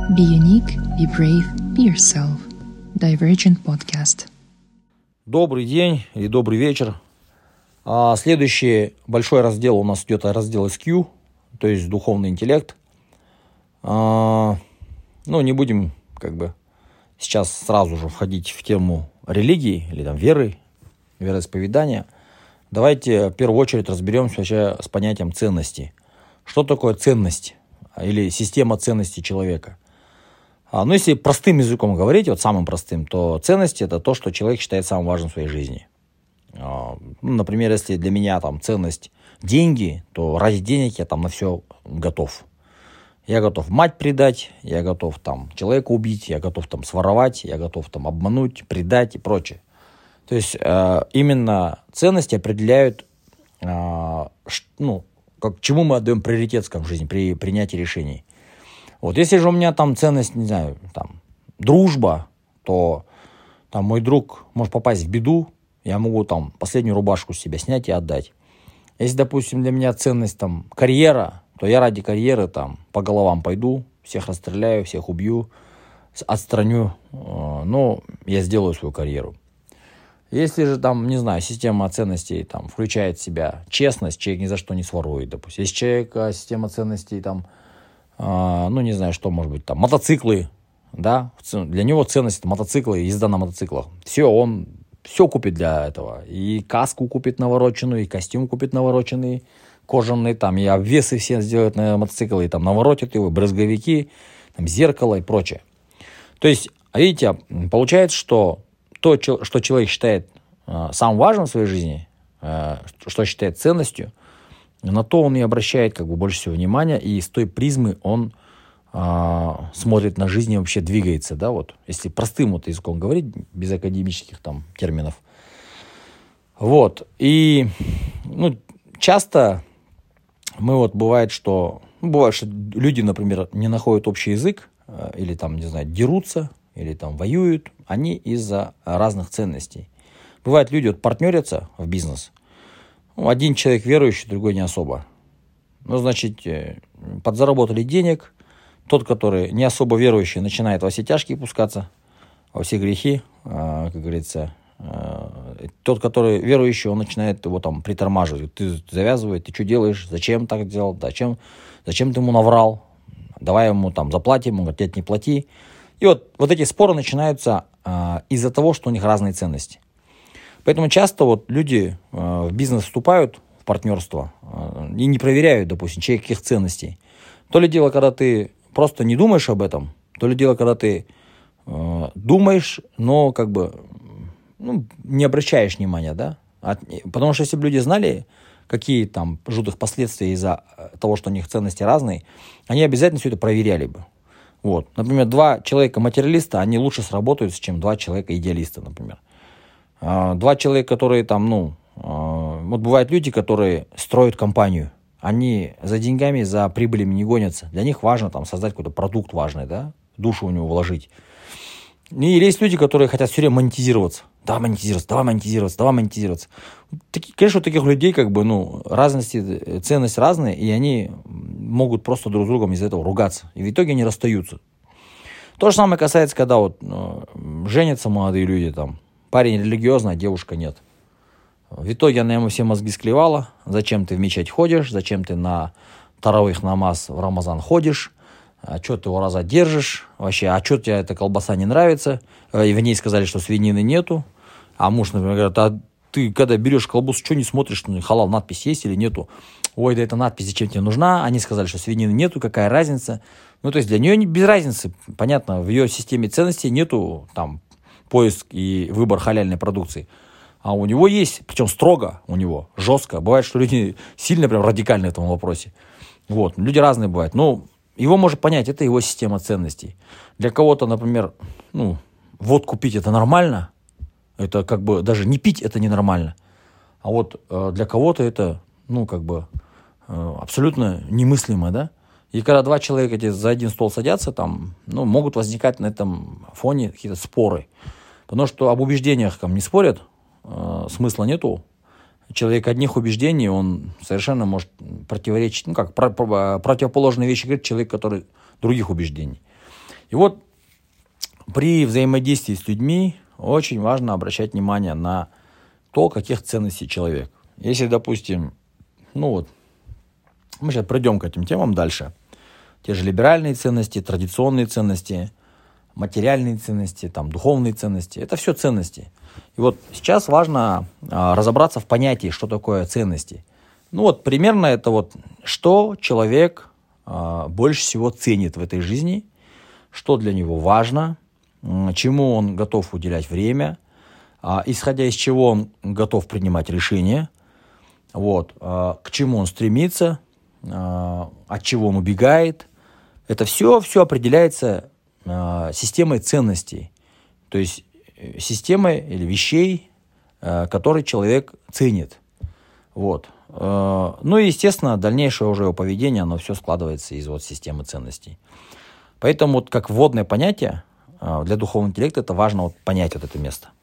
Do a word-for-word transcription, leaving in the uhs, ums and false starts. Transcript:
Be unique, be brave, be yourself. Divergent Podcast. Добрый день или добрый вечер. А следующий большой раздел у нас идет раздел эс кью, то есть духовный интеллект. А, ну, не будем как бы сейчас сразу же входить в тему религии или там веры, вероисповедания. Давайте в первую очередь разберемся вообще с понятием ценности. Что такое ценность или система ценностей человека? А, ну, если простым языком говорить, вот самым простым, то ценности – это то, что человек считает самым важным в своей жизни. А, ну, например, если для меня там ценность деньги, то ради денег я там на все готов. Я готов мать предать, я готов там человека убить, я готов там своровать, я готов там обмануть, предать и прочее. То есть э, именно ценности определяют, э, ш, ну, как, чему мы отдаем приоритет, скажем, в жизни при принятии решений. Вот если же у меня там ценность, не знаю, там дружба, то там мой друг может попасть в беду, я могу там последнюю рубашку с себя снять и отдать. Если, допустим, для меня ценность там карьера, то я ради карьеры там по головам пойду, всех расстреляю, всех убью, отстраню, э, но я сделаю свою карьеру. Если же там, не знаю, система ценностей там включает в себя честность, человек ни за что не сворует, допустим. Если человека система ценностей там, э, ну не знаю, что может быть, там мотоциклы, да, для него ценность это мотоциклы, езда на мотоциклах. Все, он все купит для этого. И каску купит навороченную, и костюм купит навороченный, кожаный, там, и обвесы все сделают на мотоцикл, и там наворотит его, брызговики, там, зеркало и прочее. То есть, видите, получается, что то, что человек считает э, самым важным в своей жизни, э, что считает ценностью, на то он и обращает как бы больше всего внимания, и с той призмы он э, смотрит на жизнь и вообще двигается, да, вот, если простым вот языком говорить, без академических там терминов. Вот, и, ну, часто мы вот бывает, что, ну, бывает, что люди, например, не находят общий язык, э, или там, не знаю, дерутся, или там воюют, они из-за разных ценностей. Бывает, люди вот партнерятся в бизнес. Ну, один человек верующий, другой не особо. Ну, значит, подзаработали денег. Тот, который не особо верующий, начинает во все тяжкие пускаться, во все грехи, как говорится. Тот, который верующий, он начинает его там притормаживать. Ты завязывай, ты что делаешь, зачем так делал, зачем, зачем ты ему наврал, давай ему там заплатим, он говорит, нет, не плати. И вот, вот эти споры начинаются э, из-за того, что у них разные ценности. Поэтому часто вот люди э, в бизнес вступают, в партнерство, э, и не проверяют, допустим, чьих каких ценностей. То ли дело, когда ты просто не думаешь об этом, то ли дело, когда ты э, думаешь, но как бы ну, не обращаешь внимания, да? От, потому что если бы люди знали, какие там жутких последствия из-за того, что у них ценности разные, они обязательно все это проверяли бы. Вот. Например, два человека-материалиста, они лучше сработаются, чем два человека-идеалиста, например. Два человека, которые там, ну, вот бывают люди, которые строят компанию, они за деньгами, за прибылями не гонятся. Для них важно там создать какой-то продукт важный, да, душу в него вложить. И есть люди, которые хотят все время монетизироваться. Давай монетизироваться, давай монетизироваться, давай монетизироваться. Таки, конечно, у таких людей как бы, ну, разности, ценности разные, и они могут просто друг с другом из-за этого ругаться. И в итоге они расстаются. То же самое касается, когда вот ну, женятся молодые люди, там, парень религиозный, а девушка нет. В итоге она ему все мозги склевала. Зачем ты в мечеть ходишь, зачем ты на таравих намаз в Рамазан ходишь, а что ты его раза держишь, вообще, а что тебе эта колбаса не нравится, и в ней сказали, что свинины нету. А муж, например, говорит, а ты, когда берешь колбасу, что не смотришь, халал, надпись есть или нету? Ой, да эта надпись зачем тебе нужна? Они сказали, что свинины нету, какая разница? Ну, то есть для нее не, без разницы, понятно, в ее системе ценностей нету там поиск и выбор халяльной продукции. А у него есть, причем строго у него, жестко. Бывает, что люди сильно прям радикальны в этом вопросе. Вот, люди разные бывают. Но его можно понять, это его система ценностей. Для кого-то, например, ну, водку пить это нормально. Это как бы даже не пить это ненормально. А вот э, для кого-то это, ну, как бы э, абсолютно немыслимо, да? И когда два человека эти за один стол садятся, там, ну, могут возникать на этом фоне какие-то споры. Потому что об убеждениях там не спорят, э, смысла нету. Человек одних убеждений, он совершенно может противоречить, ну, как про, про, противоположные вещи говорит человек, который других убеждений. И вот при взаимодействии с людьми очень важно обращать внимание на то, каких ценностей человек. Если, допустим, ну вот, мы сейчас пройдем к этим темам дальше. Те же либеральные ценности, традиционные ценности, материальные ценности, там, духовные ценности. Это все ценности. И вот сейчас важно а, разобраться в понятии, что такое ценности. Ну вот примерно это вот, что человек а, больше всего ценит в этой жизни, что для него важно, чему он готов уделять время, а, исходя из чего он готов принимать решения, вот, а, к чему он стремится, а, от чего он убегает. Это все, все определяется а, системой ценностей, то есть системой или вещей, а, которые человек ценит. Вот. А, ну и, естественно, дальнейшее уже его поведение, оно все складывается из вот системы ценностей. Поэтому вот как вводное понятие для духовного интеллекта это важно вот понять вот это место.